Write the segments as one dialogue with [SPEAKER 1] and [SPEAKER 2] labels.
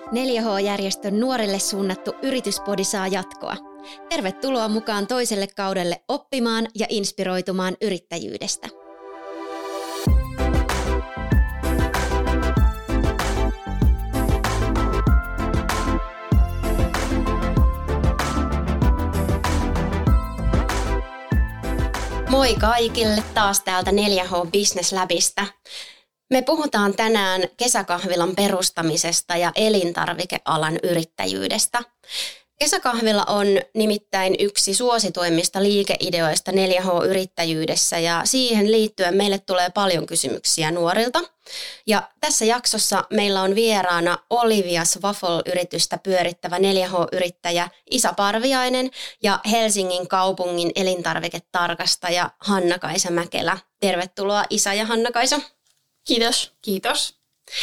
[SPEAKER 1] 4H-järjestön nuorille suunnattu yrityspodi saa jatkoa. Tervetuloa mukaan toiselle kaudelle oppimaan ja inspiroitumaan yrittäjyydestä. Moi kaikille taas täältä 4H Business Labista. Me puhutaan tänään kesäkahvilan perustamisesta ja elintarvikealan yrittäjyydestä. Kesäkahvila on nimittäin yksi suosituimmista liikeideoista 4H-yrittäjyydessä ja siihen liittyen meille tulee paljon kysymyksiä nuorilta. Ja tässä jaksossa meillä on vieraana Olivia's Waffle-yritystä pyörittävä 4H-yrittäjä Isa Parviainen ja Helsingin kaupungin elintarviketarkastaja Hanna-Kaisa Mäkelä. Tervetuloa Isa ja Hanna-Kaisa.
[SPEAKER 2] Kiitos.
[SPEAKER 3] Kiitos.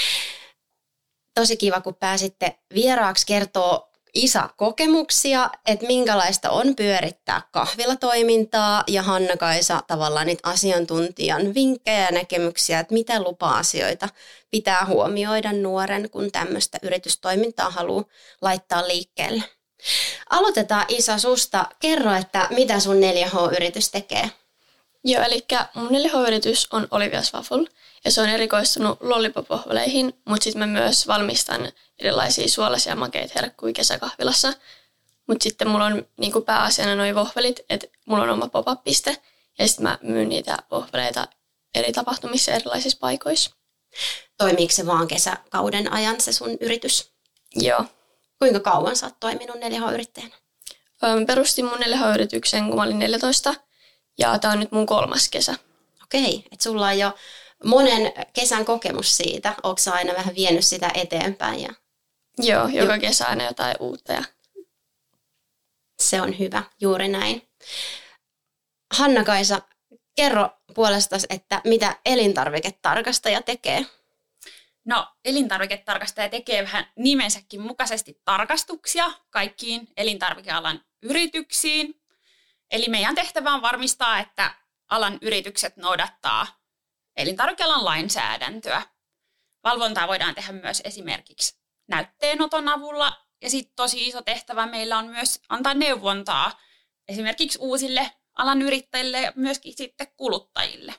[SPEAKER 1] Tosi kiva, kun pääsitte vieraaksi kertoo Isa kokemuksia, että minkälaista on pyörittää kahvilatoimintaa ja Hanna-Kaisa tavallaan niitä asiantuntijan vinkkejä ja näkemyksiä, että miten lupa-asioita pitää huomioida nuoren, kun tämmöistä yritystoimintaa haluaa laittaa liikkeelle. Aloitetaan Isa susta. Kerro, että mitä sun 4H-yritys tekee?
[SPEAKER 2] Joo, eli mun 4H-yritys on Olivia's Waffle ja se on erikoistunut lollipop-vohveleihin, mutta sitten mä myös valmistan erilaisia suolaisia makeita herkkuja kesäkahvilassa. Mutta sitten mulla on niinku pääasiana noi vohvelit, että mulla on oma pop-up-piste ja sitten mä myyn niitä vohveleita eri tapahtumissa erilaisissa paikoissa.
[SPEAKER 1] Toimiiko se vaan kesäkauden ajan se sun yritys?
[SPEAKER 2] Joo.
[SPEAKER 1] Kuinka kauan sä oot toiminut 4H-yrittäjänä?
[SPEAKER 2] Mä perustin mun 4H-yrityksen, kun mä olin 14 ja tää on nyt mun 3. kesä.
[SPEAKER 1] Okei, että sulla on jo monen kesän kokemus siitä. Ootko sä aina vähän vienyt sitä eteenpäin?
[SPEAKER 2] Joo, joka kesä aina jotain uutta. Ja
[SPEAKER 1] se on hyvä, juuri näin. Hanna-Kaisa, kerro puolestasi, että mitä elintarviketarkastaja tekee?
[SPEAKER 3] No, elintarviketarkastaja tekee vähän nimensäkin mukaisesti tarkastuksia kaikkiin elintarvikealan yrityksiin. Eli meidän tehtävä on varmistaa, että alan yritykset noudattaa elintarvikealan lainsäädäntöä. Valvontaa voidaan tehdä myös esimerkiksi näytteenoton avulla. Ja sitten tosi iso tehtävä meillä on myös antaa neuvontaa esimerkiksi uusille alan yrittäjille ja myöskin sitten kuluttajille.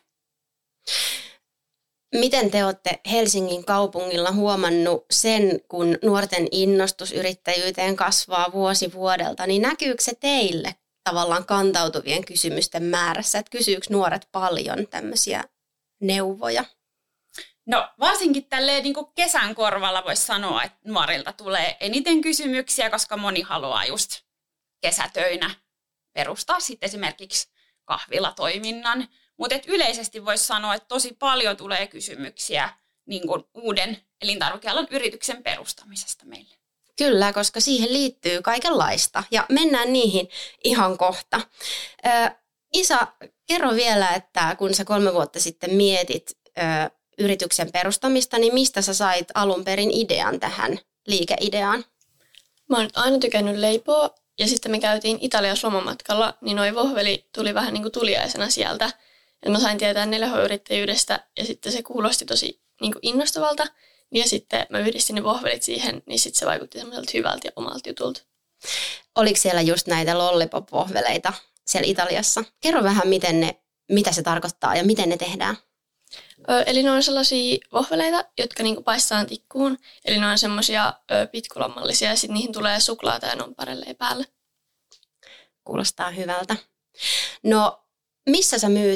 [SPEAKER 1] Miten te olette Helsingin kaupungilla huomannut sen, kun nuorten innostus yrittäjyyteen kasvaa vuosi vuodelta, niin näkyykö se teille tavallaan kantautuvien kysymysten määrässä, että kysyykö nuoret paljon tämmöisiä neuvoja?
[SPEAKER 3] No varsinkin tälleen niin kuin kesän korvalla voisi sanoa, että nuorilta tulee eniten kysymyksiä, koska moni haluaa just kesätöinä perustaa sitten esimerkiksi kahvilatoiminnan. Mutta yleisesti voisi sanoa, että tosi paljon tulee kysymyksiä niin kuin uuden elintarvikealan yrityksen perustamisesta meille.
[SPEAKER 1] Kyllä, koska siihen liittyy kaikenlaista ja mennään niihin ihan kohta. Isa, kerro vielä, että kun sä 3 vuotta sitten mietit yrityksen perustamista, niin mistä sä sait alun perin idean tähän liikeideaan?
[SPEAKER 2] Mä oon aina tykännyt leipoa ja sitten me käytiin Italiassa lomamatkalla, niin noi vohveli tuli vähän niin kuin tuliaisena sieltä. Et mä sain tietää 4H-yrittäjyydestä ja sitten se kuulosti tosi niin kuin innostavalta. Ja sitten mä yhdistin ne vohvelit siihen, niin sitten se vaikutti semmoiselta hyvältä ja omalta jutulta.
[SPEAKER 1] Oliko siellä just näitä lollipop-vohveleita siellä Italiassa? Kerro vähän, mitä se tarkoittaa ja miten ne tehdään.
[SPEAKER 2] Eli ne on sellaisia vohveleita, jotka niinku paistaan tikkuun. Eli ne on semmoisia pitkulammallisia ja sitten niihin tulee suklaata ja nonparelleja päälle.
[SPEAKER 1] Kuulostaa hyvältä. No, missä sä myyt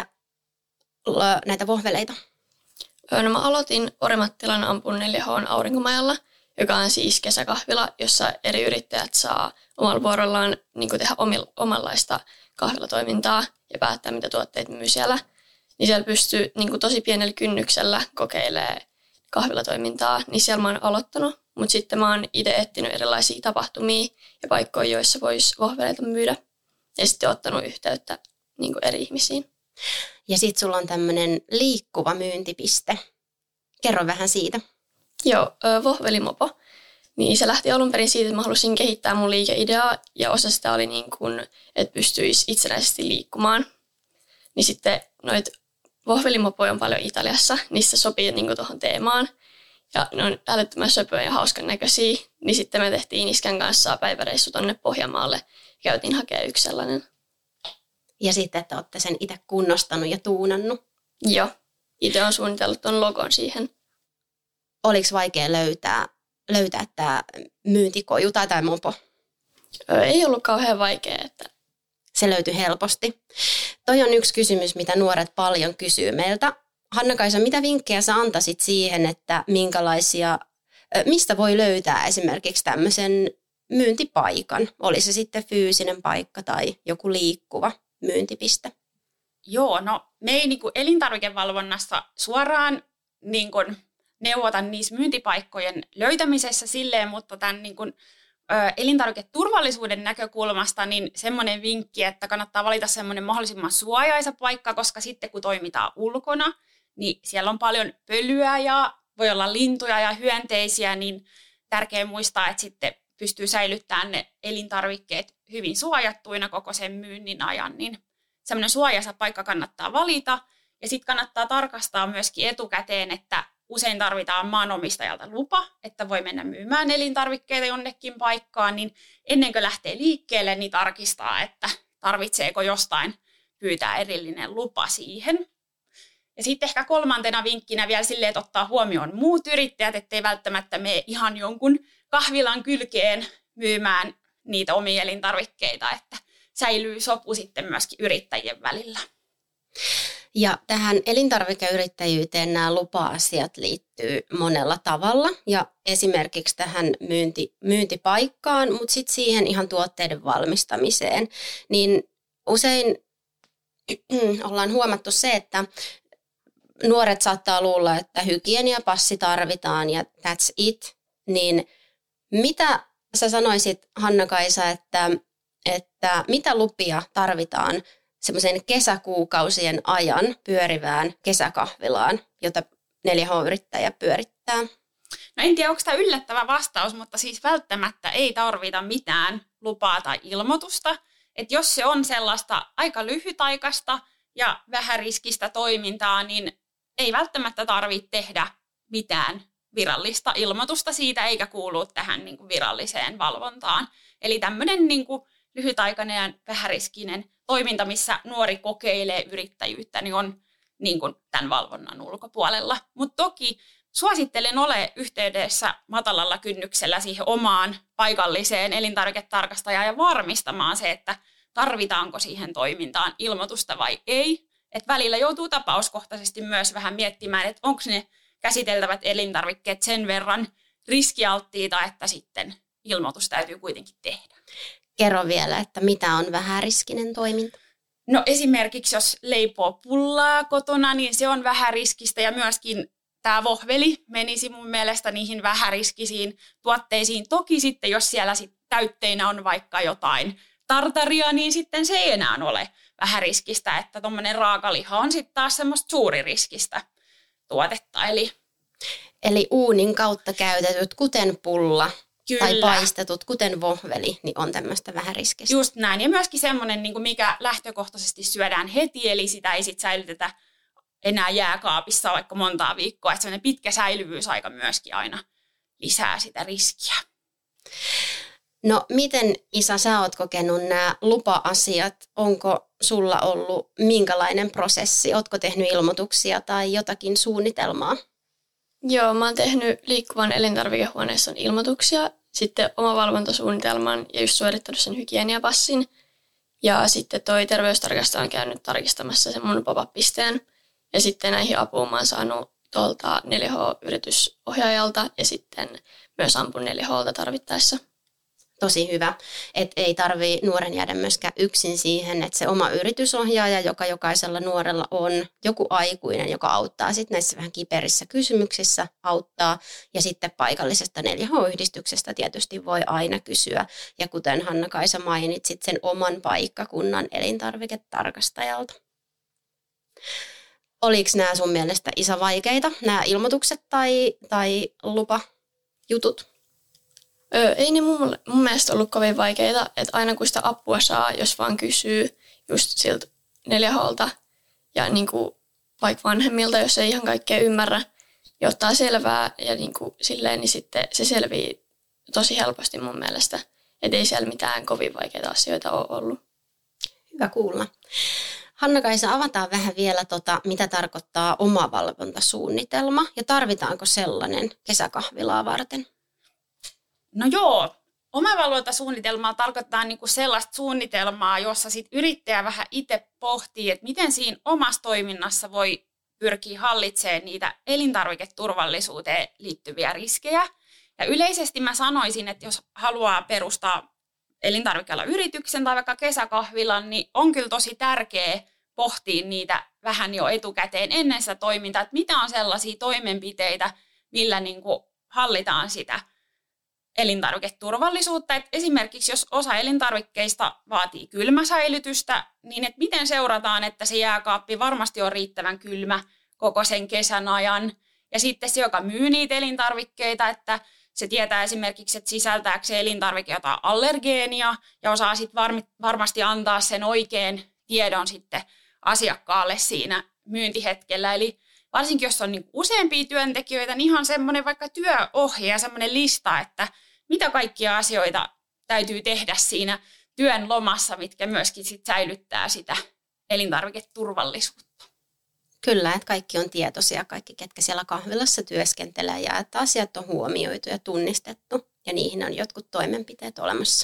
[SPEAKER 1] näitä vohveleita?
[SPEAKER 2] No mä aloitin Orimattilan Ampun 4H:n aurinkomajalla, joka on siis kesäkahvila, jossa eri yrittäjät saa omalla vuorollaan niin tehdä omanlaista kahvilatoimintaa ja päättää, mitä tuotteita myy siellä. Niin siellä pystyy niin tosi pienellä kynnyksellä kokeilemaan kahvilatoimintaa, niin siellä mä oon aloittanut. Mutta sitten mä oon itse etsinyt erilaisia tapahtumia ja paikkoja, joissa vois vohveleita myydä. Ja sitten ottanut yhteyttä niin eri ihmisiin.
[SPEAKER 1] Ja sitten sulla on tämmöinen liikkuva myyntipiste. Kerro vähän siitä.
[SPEAKER 2] Joo, vohvelimopo. Niin se lähti alun perin siitä, että mä halusin kehittää mun liikeideaa. Ja osa sitä oli niin kuin, että pystyisi itsenäisesti liikkumaan. Niin sitten noit vohvelimopoja on paljon Italiassa. Niissä sopii niin kuin tuohon teemaan. ja ne on älyttömän söpöjä ja hauskan näköisiä, niin sitten me tehtiin iskän kanssa päiväreissu tonne Pohjanmaalle ja käytiin hakemaan yksi sellainen.
[SPEAKER 1] Ja sitten, että olette sen itse kunnostanut ja tuunannut.
[SPEAKER 2] Joo, itse olen suunnitellut ton logon siihen.
[SPEAKER 1] Oliko vaikea löytää tämä myyntikoju tai mopo?
[SPEAKER 2] Ei ollut kauhean vaikea, että
[SPEAKER 1] se löytyi helposti. Toi on yksi kysymys, mitä nuoret paljon kysyy meiltä. Hanna-Kaisa, mitä vinkkejä sä antaisit siihen, että mistä voi löytää esimerkiksi tämmöisen myyntipaikan? Oli se sitten fyysinen paikka tai joku liikkuva myyntipiste?
[SPEAKER 3] Joo, no me ei niin kuin elintarvikevalvonnassa suoraan niin kuin neuvota niissä myyntipaikkojen löytämisessä silleen, mutta tämän niin kuin elintarviketurvallisuuden näkökulmasta niin semmoinen vinkki, että kannattaa valita semmoinen mahdollisimman suojaisa paikka, koska sitten kun toimitaan ulkona, niin siellä on paljon pölyä ja voi olla lintuja ja hyönteisiä, niin tärkeää muistaa, että sitten pystyy säilyttämään ne elintarvikkeet hyvin suojattuina koko sen myynnin ajan, niin semmoinen suojaisa paikka kannattaa valita. Ja sitten kannattaa tarkastaa myöskin etukäteen, että usein tarvitaan maanomistajalta lupa, että voi mennä myymään elintarvikkeita jonnekin paikkaan, niin ennen kuin lähtee liikkeelle, niin tarkistaa, että tarvitseeko jostain pyytää erillinen lupa siihen. Ja sitten ehkä kolmantena vinkkinä vielä silleen, että ottaa huomioon muut yrittäjät, ettei välttämättä mene ihan jonkun kahvilan kylkeen myymään niitä omia elintarvikkeita, että säilyy sopu sitten myöskin yrittäjien välillä.
[SPEAKER 1] Ja tähän elintarvikeyrittäjyyteen nämä lupa-asiat liittyy monella tavalla ja esimerkiksi tähän myyntipaikkaan, mutta sitten siihen ihan tuotteiden valmistamiseen. Niin usein ollaan huomattu se, että nuoret saattaa luulla, että hygieniapassi tarvitaan ja that's it. Niin mitä sä sanoisit, Hanna-Kaisa, että mitä lupia tarvitaan semmoisen kesäkuukausien ajan pyörivään kesäkahvilaan, jota 4H-yrittäjä pyörittää?
[SPEAKER 3] No en tiedä, onko tämä yllättävä vastaus, mutta siis välttämättä ei tarvita mitään lupaa tai ilmoitusta. Että jos se on sellaista aika lyhytaikaista ja vähäriskistä toimintaa, niin ei välttämättä tarvitse tehdä mitään virallista ilmoitusta siitä, eikä kuulu tähän niin kuin viralliseen valvontaan. Eli tämmöinen niin kuin lyhytaikainen ja vähäriskinen toiminta, missä nuori kokeilee yrittäjyyttä, niin on niin kuin tämän valvonnan ulkopuolella. Mutta toki suosittelen ole yhteydessä matalalla kynnyksellä siihen omaan paikalliseen elintarviketarkastajaan ja varmistamaan se, että tarvitaanko siihen toimintaan ilmoitusta vai ei. Et välillä joutuu tapauskohtaisesti myös vähän miettimään, että onko ne käsiteltävät elintarvikkeet sen verran riskialttiita, että sitten ilmoitus täytyy kuitenkin tehdä.
[SPEAKER 1] Kerro vielä, että mitä on vähäriskinen toiminta?
[SPEAKER 3] No esimerkiksi jos leipoo pullaa kotona, niin se on vähäriskistä ja myöskin tämä vohveli menisi mun mielestä niihin vähäriskisiin tuotteisiin. Toki sitten, jos siellä täytteinä on vaikka jotain tartaria, niin sitten se ei enää ole vähäriskistä, että tuommoinen raakaliha on sitten taas semmoista suuririskistä tuotetta.
[SPEAKER 1] Eli uunin kautta käytetyt, kuten pulla,
[SPEAKER 3] kyllä,
[SPEAKER 1] tai paistetut, kuten vohveli, niin on tämmöistä vähäriskistä.
[SPEAKER 3] Just näin, ja myöskin semmoinen, mikä lähtökohtaisesti syödään heti, eli sitä ei sitten säilytetä enää jääkaapissa vaikka montaa viikkoa, että semmoinen pitkä säilyvyysaika myöskin aina lisää sitä riskiä.
[SPEAKER 1] No miten, Isa, sä oot kokenut nämä lupa-asiat? Onko sulla ollut minkälainen prosessi? Ootko tehnyt ilmoituksia tai jotakin suunnitelmaa?
[SPEAKER 2] Joo, mä oon tehnyt liikkuvan elintarvikehuoneiston ilmoituksia, sitten oma valvontasuunnitelman ja just suorittanut sen hygieniapassin. Ja sitten toi terveystarkastaja on käynyt tarkistamassa sen mun pop-up-pisteen. Ja sitten näihin apuun mä oon saanut tuolta 4H-yritysohjaajalta ja sitten myös ampun 4H:lta tarvittaessa.
[SPEAKER 1] Tosi hyvä, että ei tarvitse nuoren jäädä myöskään yksin siihen, että se oma yritysohjaaja, joka jokaisella nuorella on, joku aikuinen, joka auttaa sitten näissä vähän kiperissä kysymyksissä, auttaa. Ja sitten paikallisesta 4H-yhdistyksestä tietysti voi aina kysyä. Ja kuten Hanna-Kaisa mainitsit, sen oman paikkakunnan elintarviketarkastajalta. Oliko nämä sun mielestä, Isa, vaikeita, nämä ilmoitukset tai lupajutut?
[SPEAKER 2] Ei ne mun mielestä ollut kovin vaikeita, että aina kun sitä apua saa, jos vaan kysyy just siltä 4H:lta ja niin kuin vaikka vanhemmilta, jos ei ihan kaikkea ymmärrä, ja ottaa selvää ja niin kuin silleen, niin sitten se selvii tosi helposti mun mielestä. Että ei siellä mitään kovin vaikeita asioita ole ollut.
[SPEAKER 1] Hyvä kuulla. Hanna-Kaisa, avataan vähän vielä, mitä tarkoittaa omavalvontasuunnitelma ja tarvitaanko sellainen kesäkahvilaa varten?
[SPEAKER 3] No joo, omavalvontasuunnitelmaa tarkoittaa niinku sellaista suunnitelmaa, jossa sit yrittäjä vähän itse pohtii, että miten siinä omassa toiminnassa voi pyrkiä hallitsemaan niitä elintarviketurvallisuuteen liittyviä riskejä. Ja yleisesti mä sanoisin, että jos haluaa perustaa elintarvikealan yrityksen tai vaikka kesäkahvilan, niin on kyllä tosi tärkeää pohtia niitä vähän jo etukäteen ennen sitä toimintaa, että mitä on sellaisia toimenpiteitä, millä niin kuin hallitaan sitä elintarviketurvallisuutta. Et esimerkiksi jos osa elintarvikkeista vaatii kylmäsäilytystä, niin että miten seurataan, että se jääkaappi varmasti on riittävän kylmä koko sen kesän ajan. Ja sitten se, joka myy niitä elintarvikkeita, että se tietää esimerkiksi, että sisältääkö se elintarvike jotain allergeenia ja osaa sitten varmasti antaa sen oikean tiedon sitten asiakkaalle siinä myyntihetkellä. Eli varsinkin jos on niin useampia työntekijöitä, niin ihan semmoinen vaikka työohje ja semmoinen lista, että mitä kaikkia asioita täytyy tehdä siinä työn lomassa, mitkä myöskin sit säilyttää sitä elintarviketurvallisuutta.
[SPEAKER 1] Kyllä, että kaikki on tietoisia, kaikki ketkä siellä kahvilassa työskentelee ja että asiat on huomioitu ja tunnistettu ja niihin on jotkut toimenpiteet olemassa.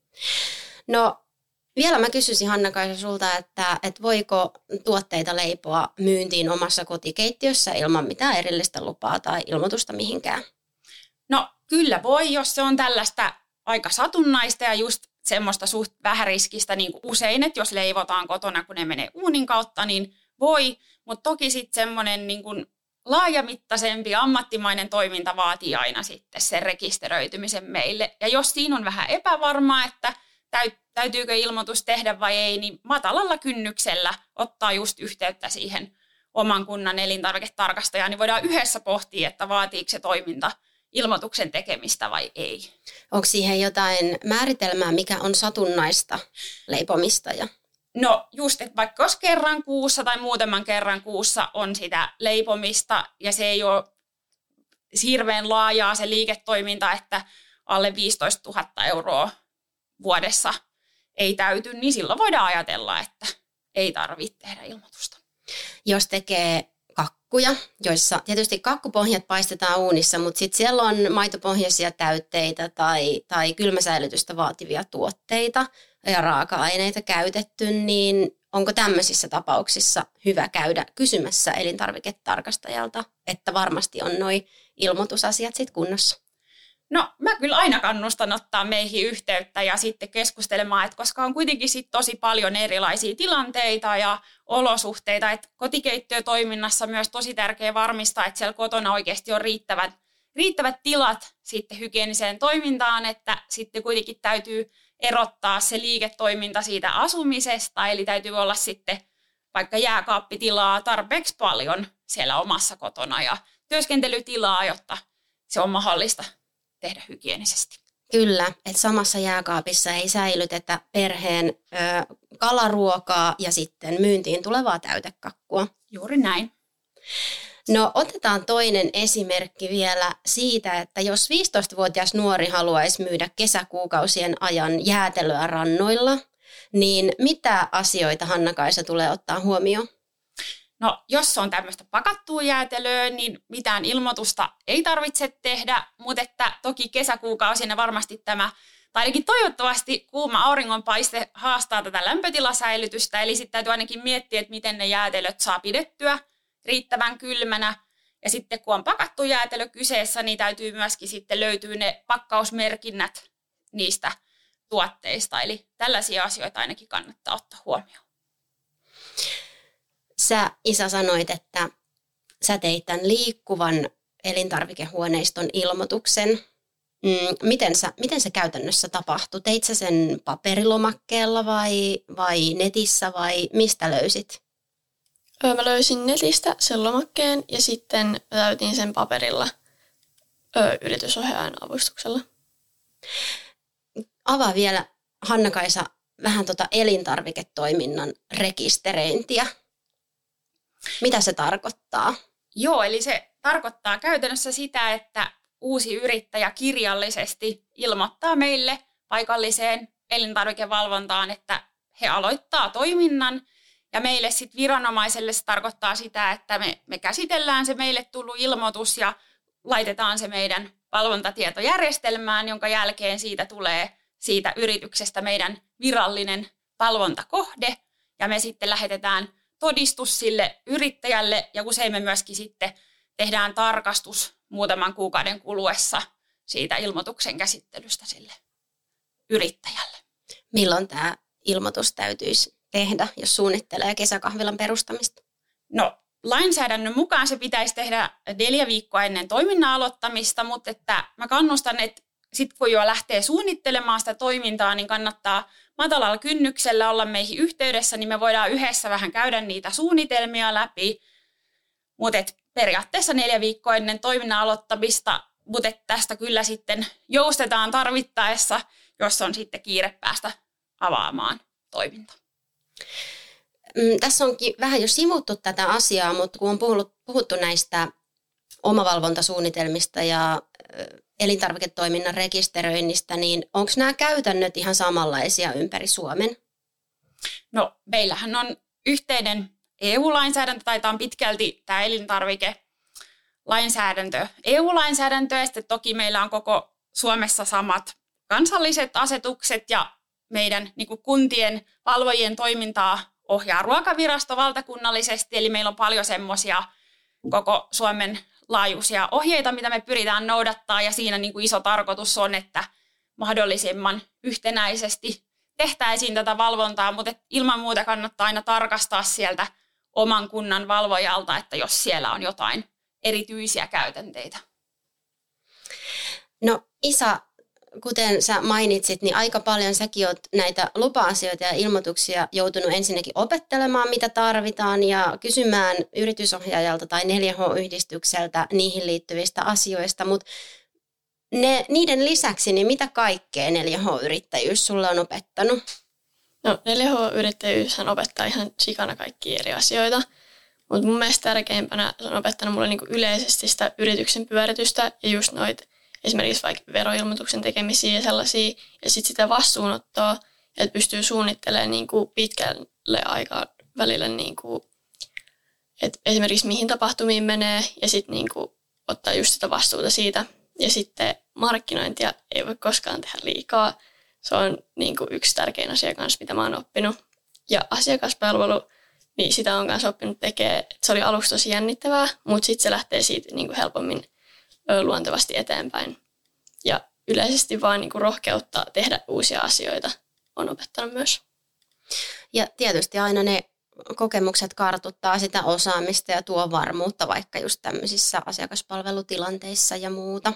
[SPEAKER 1] No vielä mä kysyisin Hanna-Kaisa sulta, että voiko tuotteita leipoa myyntiin omassa kotikeittiössä ilman mitään erillistä lupaa tai ilmoitusta mihinkään?
[SPEAKER 3] No kyllä voi, jos se on tällaista aika satunnaista ja just semmoista suht vähäriskistä niin kuin usein, että jos leivotaan kotona, kun ne menee uunin kautta, niin voi, mutta toki sitten semmoinen niin kuin laajamittaisempi ammattimainen toiminta vaatii aina sitten sen rekisteröitymisen meille. Ja jos siinä on vähän epävarmaa, että täytyykö ilmoitus tehdä vai ei, niin matalalla kynnyksellä ottaa just yhteyttä siihen oman kunnan elintarviketarkastajaan, niin voidaan yhdessä pohtia, että vaatiiko se toiminta ilmoituksen tekemistä vai ei.
[SPEAKER 1] Onko siihen jotain määritelmää, mikä on satunnaista leipomista?
[SPEAKER 3] No just, että vaikka jos kerran kuussa tai muutaman kerran kuussa on sitä leipomista ja se ei ole hirveän laajaa se liiketoiminta, että alle 15 000 euroa vuodessa ei täyty, niin silloin voidaan ajatella, että ei tarvitse tehdä ilmoitusta.
[SPEAKER 1] Jos tekee kakkuja, joissa tietysti kakkupohjat paistetaan uunissa, mutta sitten siellä on maitopohjaisia täytteitä tai kylmäsäilytystä vaativia tuotteita ja raaka-aineita käytetty, niin onko tämmöisissä tapauksissa hyvä käydä kysymässä elintarviketarkastajalta, että varmasti on noi ilmoitusasiat sitten kunnossa?
[SPEAKER 3] No mä kyllä aina kannustan ottaa meihin yhteyttä ja sitten keskustelemaan, että koska on kuitenkin sit tosi paljon erilaisia tilanteita ja olosuhteita, että kotikeittiötoiminnassa myös tosi tärkeää varmistaa, että siellä kotona oikeasti on riittävät tilat sitten hygieniseen toimintaan, että sitten kuitenkin täytyy erottaa se liiketoiminta siitä asumisesta, eli täytyy olla sitten vaikka jääkaappitilaa tarpeeksi paljon siellä omassa kotona ja työskentelytilaa, jotta se on mahdollista tehdä hygienisesti.
[SPEAKER 1] Kyllä, että samassa jääkaapissa ei säilytetä perheen kalaruokaa ja sitten myyntiin tulevaa täytekakkua.
[SPEAKER 3] Juuri näin.
[SPEAKER 1] No otetaan toinen esimerkki vielä siitä, että jos 15-vuotias nuori haluaisi myydä kesäkuukausien ajan jäätelöä rannoilla, niin mitä asioita Hanna-Kaisa tulee ottaa huomioon?
[SPEAKER 3] No jos on tämmöistä pakattua jäätelöä, niin mitään ilmoitusta ei tarvitse tehdä, mutta että toki kesäkuukausina varmasti tämä, tai ainakin toivottavasti kuuma auringonpaiste haastaa tätä lämpötilasäilytystä, eli sitten täytyy ainakin miettiä, että miten ne jäätelöt saa pidettyä riittävän kylmänä. Ja sitten kun on pakattu jäätelö kyseessä, niin täytyy myöskin sitten löytyä ne pakkausmerkinnät niistä tuotteista. Eli tällaisia asioita ainakin kannattaa ottaa huomioon.
[SPEAKER 1] Sä, Isa, sanoit, että sä teit tämän liikkuvan elintarvikehuoneiston ilmoituksen. Miten se käytännössä tapahtui? Teit sä sen paperilomakkeella vai netissä vai mistä löysit?
[SPEAKER 2] Mä löysin netistä sen lomakkeen ja sitten täytin sen paperilla yritysohjaajan avustuksella.
[SPEAKER 1] Avaa vielä, Hanna-Kaisa, vähän elintarviketoiminnan rekisteröintiä. Mitä se tarkoittaa?
[SPEAKER 3] Joo, eli se tarkoittaa käytännössä sitä, että uusi yrittäjä kirjallisesti ilmoittaa meille paikalliseen elintarvikevalvontaan, että he aloittaa toiminnan. Ja meille sitten viranomaiselle se tarkoittaa sitä, että me käsitellään se meille tullut ilmoitus ja laitetaan se meidän valvontatietojärjestelmään, jonka jälkeen siitä tulee siitä yrityksestä meidän virallinen valvontakohde. Ja me sitten lähetetään todistus sille yrittäjälle ja usein me myöskin sitten tehdään tarkastus muutaman kuukauden kuluessa siitä ilmoituksen käsittelystä sille yrittäjälle.
[SPEAKER 1] Milloin tämä ilmoitus täytyisi tehdä, jos suunnittelee kesäkahvilan perustamista?
[SPEAKER 3] No, lainsäädännön mukaan se pitäisi tehdä 4 viikkoa ennen toiminnan aloittamista, mutta että mä kannustan, että sitten kun jo lähtee suunnittelemaan sitä toimintaa, niin kannattaa matalalla kynnyksellä olla meihin yhteydessä, niin me voidaan yhdessä vähän käydä niitä suunnitelmia läpi. Mutta periaatteessa 4 viikkoa ennen toiminnan aloittamista, mutta tästä kyllä sitten joustetaan tarvittaessa, jos on sitten kiire päästä avaamaan toiminta.
[SPEAKER 1] Tässä onkin vähän jo sivuttu tätä asiaa, mutta kun on puhuttu näistä omavalvontasuunnitelmista ja elintarviketoiminnan rekisteröinnistä, niin onko nämä käytännöt ihan samanlaisia ympäri Suomen?
[SPEAKER 3] No, meillähän on yhteinen EU-lainsäädäntö, tai tämä on pitkälti tämä elintarvikelainsäädäntö, EU-lainsäädäntö, ja sitten toki meillä on koko Suomessa samat kansalliset asetukset, ja meidän niin kuin kuntien valvojien toimintaa ohjaa Ruokavirasto valtakunnallisesti, eli meillä on paljon semmoisia koko Suomen laajuisia ohjeita, mitä me pyritään noudattaa, ja siinä niin kuin iso tarkoitus on, että mahdollisimman yhtenäisesti tehtäisiin tätä valvontaa, mutta ilman muuta kannattaa aina tarkastaa sieltä oman kunnan valvojalta, että jos siellä on jotain erityisiä käytänteitä.
[SPEAKER 1] No Isa, kuten sä mainitsit, niin aika paljon säkin oot näitä lupa-asioita ja ilmoituksia joutunut ensinnäkin opettelemaan, mitä tarvitaan, ja kysymään yritysohjaajalta tai 4H-yhdistykseltä niihin liittyvistä asioista, mutta niiden lisäksi, niin mitä kaikkea 4H-yrittäjyys sulle on opettanut?
[SPEAKER 2] No 4H-yrittäjyyshän opettaa ihan sikana kaikkia eri asioita, mutta mun mielestä tärkeimpänä se on opettanut mulle niinku yleisesti sitä yrityksen pyöritystä ja just noita esimerkiksi vaikka veroilmoituksen tekemisiä ja sellaisia, ja sitten sitä vastuunottoa, että pystyy suunnittelemaan niinku pitkälle aikaa välillä, niinku, että esimerkiksi mihin tapahtumiin menee, ja sitten niinku ottaa just sitä vastuuta siitä. Ja sitten markkinointia ei voi koskaan tehdä liikaa. Se on niinku yksi tärkein asia kanssa, mitä mä oon oppinut. Ja asiakaspalvelu, niin sitä on kanssa oppinut tekemään. Se oli aluksi tosi jännittävää, mutta sitten se lähtee siitä niinku helpommin luontevasti eteenpäin. Ja yleisesti vaan niinku rohkeutta tehdä uusia asioita on opettanut myös.
[SPEAKER 1] Ja tietysti aina ne kokemukset kartuttaa sitä osaamista ja tuo varmuutta vaikka just tämmöisissä asiakaspalvelutilanteissa ja muuta.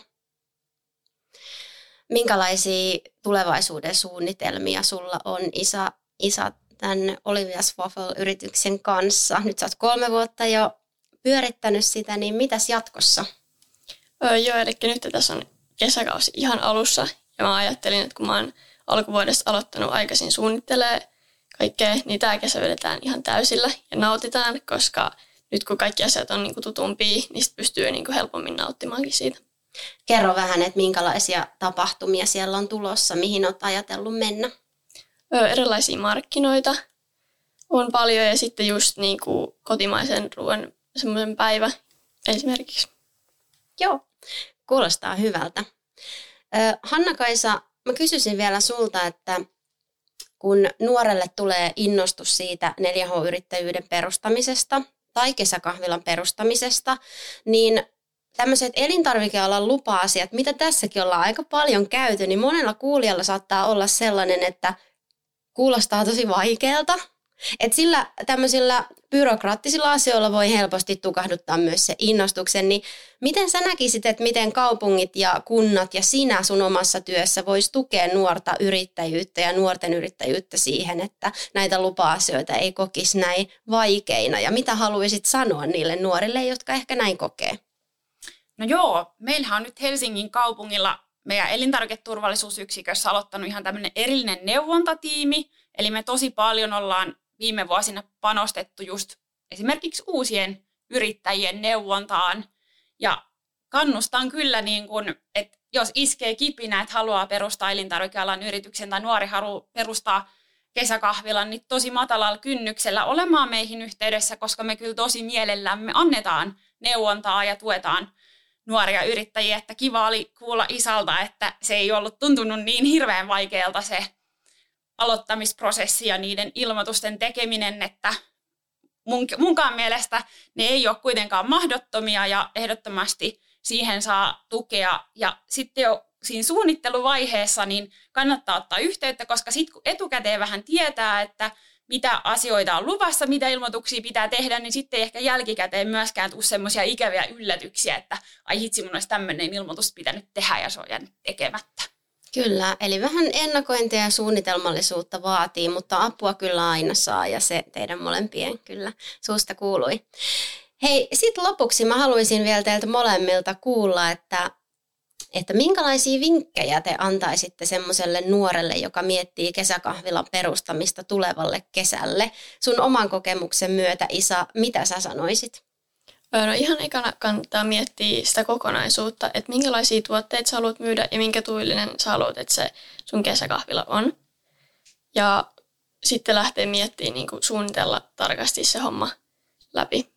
[SPEAKER 1] Minkälaisia tulevaisuuden suunnitelmia sulla on, Isa tämän Olivia's Waffle-yrityksen kanssa? Nyt sä oot 3 vuotta jo pyörittänyt sitä, niin mitäs jatkossa?
[SPEAKER 2] Joo, eli nyt tässä on kesäkausi ihan alussa. Ja mä ajattelin, että kun mä oon alkuvuodesta aloittanut aikaisin suunnittelemaan kaikkea, niin tämä kesä vedetään ihan täysillä ja nautitaan, koska nyt kun kaikki asiat on niinku tutumpia, niin sit pystyy niinku helpommin nauttimaankin siitä.
[SPEAKER 1] Kerro vähän, että minkälaisia tapahtumia siellä on tulossa, mihin olet ajatellut mennä?
[SPEAKER 2] Erilaisia markkinoita on paljon ja sitten just niinku kotimaisen ruoan semmoisen päivä esimerkiksi.
[SPEAKER 1] Joo, kuulostaa hyvältä. Hanna-Kaisa, mä kysyisin vielä sulta, että kun nuorelle tulee innostus siitä 4H-yrittäjyyden perustamisesta tai kesäkahvilan perustamisesta, niin tämmöiset elintarvikealan lupa-asiat, mitä tässäkin ollaan aika paljon käyty, niin monella kuulijalla saattaa olla sellainen, että kuulostaa tosi vaikealta. Että sillä tämmöisillä byrokraattisilla asioilla voi helposti tukahduttaa myös se innostuksen, niin miten sä näkisit, että miten kaupungit ja kunnat ja sinä sun omassa työssä vois tukea nuorta yrittäjyyttä ja nuorten yrittäjyyttä siihen, että näitä lupa-asioita ei kokisi näin vaikeina, ja mitä haluaisit sanoa niille nuorille, jotka ehkä näin kokee?
[SPEAKER 3] No joo, meillähän on nyt Helsingin kaupungilla meidän elintarviketurvallisuusyksikössä aloittanut ihan tämmöinen erillinen neuvontatiimi, eli me tosi paljon ollaan viime vuosina panostettu just esimerkiksi uusien yrittäjien neuvontaan. Ja kannustan kyllä, niin kun, että jos iskee kipinä, että haluaa perustaa elintarvikealan yrityksen tai nuori haluaa perustaa kesäkahvilan, niin tosi matalalla kynnyksellä olemaan meihin yhteydessä, koska me kyllä tosi mielellämme annetaan neuvontaa ja tuetaan nuoria yrittäjiä. Että kiva oli kuulla Isalta, että se ei ollut tuntunut niin hirveän vaikealta se aloittamisprosessi ja niiden ilmoitusten tekeminen, että munkaan mielestä ne ei ole kuitenkaan mahdottomia ja ehdottomasti siihen saa tukea. Ja sitten jo siinä suunnitteluvaiheessa niin kannattaa ottaa yhteyttä, koska sitten kun etukäteen vähän tietää, että mitä asioita on luvassa, mitä ilmoituksia pitää tehdä, niin sitten ei ehkä jälkikäteen myöskään tule semmoisia ikäviä yllätyksiä, että ai hitsi, mun olisi tämmöinen ilmoitus pitänyt tehdä ja se on jäänyt tekemättä.
[SPEAKER 1] Kyllä, eli vähän ennakointia ja suunnitelmallisuutta vaatii, mutta apua kyllä aina saa ja se teidän molempien kyllä suusta kuului. Hei, sitten lopuksi mä haluaisin vielä teiltä molemmilta kuulla, että minkälaisia vinkkejä te antaisitte semmoiselle nuorelle, joka miettii kesäkahvilan perustamista tulevalle kesälle. Sun oman kokemuksen myötä, Isa, mitä sä sanoisit?
[SPEAKER 2] No ihan ekana kannattaa miettiä sitä kokonaisuutta, että minkälaisia tuotteita sä haluat myydä ja minkä tyylinen sä haluat, että se sun kesäkahvila on. Ja sitten lähtee miettimään, niin kuin suunnitella tarkasti se homma läpi.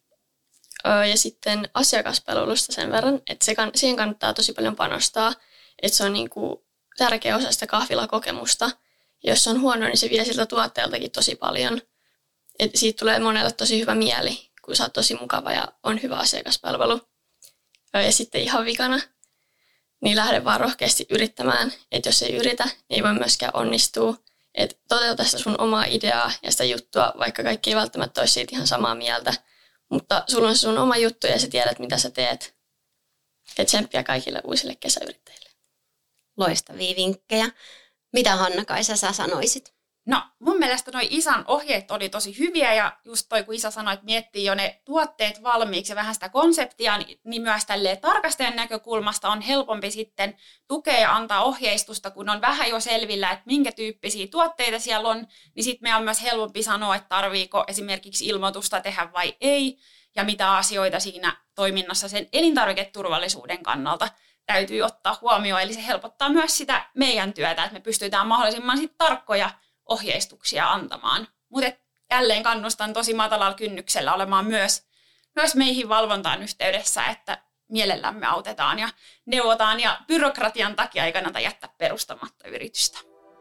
[SPEAKER 2] Ja sitten asiakaspalvelusta sen verran, että siihen kannattaa tosi paljon panostaa, että se on niin kuin tärkeä osa sitä kahvilakokemusta. Ja jos se on huono, niin se vie siltä tuotteeltakin tosi paljon. Et siitä tulee monelle tosi hyvä mieli, kun sä oot tosi mukava ja on hyvä asiakaspalvelu. Ja sitten ihan vikana, niin lähde vaan rohkeasti yrittämään. Että jos ei yritä, niin ei voi myöskään onnistua. Että toteuta sitä sun omaa ideaa ja sitä juttua, vaikka kaikki ei välttämättä olisi siitä ihan samaa mieltä. Mutta sulla on sun oma juttu ja sä tiedät, mitä sä teet. Ja tsemppiä kaikille uusille kesäyrittäjille.
[SPEAKER 1] Loistavia vinkkejä. Mitä Hanna-Kaisa sä sanoisit?
[SPEAKER 3] No mun mielestä noi Isan ohjeet oli tosi hyviä ja just toi kun Isa sanoi, että miettii jo ne tuotteet valmiiksi ja vähän sitä konseptia, niin myös tälleen tarkastajan näkökulmasta on helpompi sitten tukea ja antaa ohjeistusta, kun on vähän jo selvillä, että minkä tyyppisiä tuotteita siellä on, niin sitten meidän on myös helpompi sanoa, että tarviiko esimerkiksi ilmoitusta tehdä vai ei ja mitä asioita siinä toiminnassa sen elintarviketurvallisuuden kannalta täytyy ottaa huomioon. Eli se helpottaa myös sitä meidän työtä, että me pystytään mahdollisimman sit tarkkoja ohjeistuksia antamaan. Mutta jälleen kannustan tosi matalalla kynnyksellä olemaan myös meihin valvontaan yhteydessä, että mielellämme autetaan ja neuvotaan ja byrokratian takia ei kannata jättää perustamatta yritystä.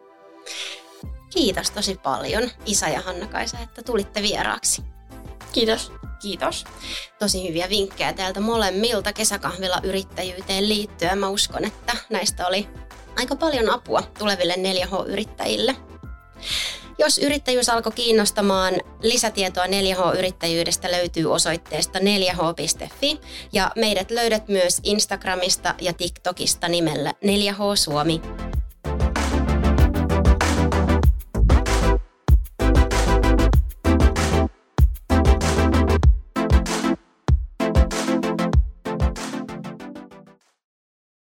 [SPEAKER 1] Kiitos tosi paljon Isa ja Hanna-Kaisa, että tulitte vieraaksi.
[SPEAKER 2] Kiitos.
[SPEAKER 3] Kiitos.
[SPEAKER 1] Tosi hyviä vinkkejä täältä molemmilta kesäkahvilayrittäjyyteen liittyen. Mä uskon, että näistä oli aika paljon apua tuleville 4H-yrittäjille. Jos yrittäjyys alkoi kiinnostamaan, lisätietoa 4H-yrittäjyydestä löytyy osoitteesta 4h.fi ja meidät löydät myös Instagramista ja TikTokista nimellä 4H Suomi.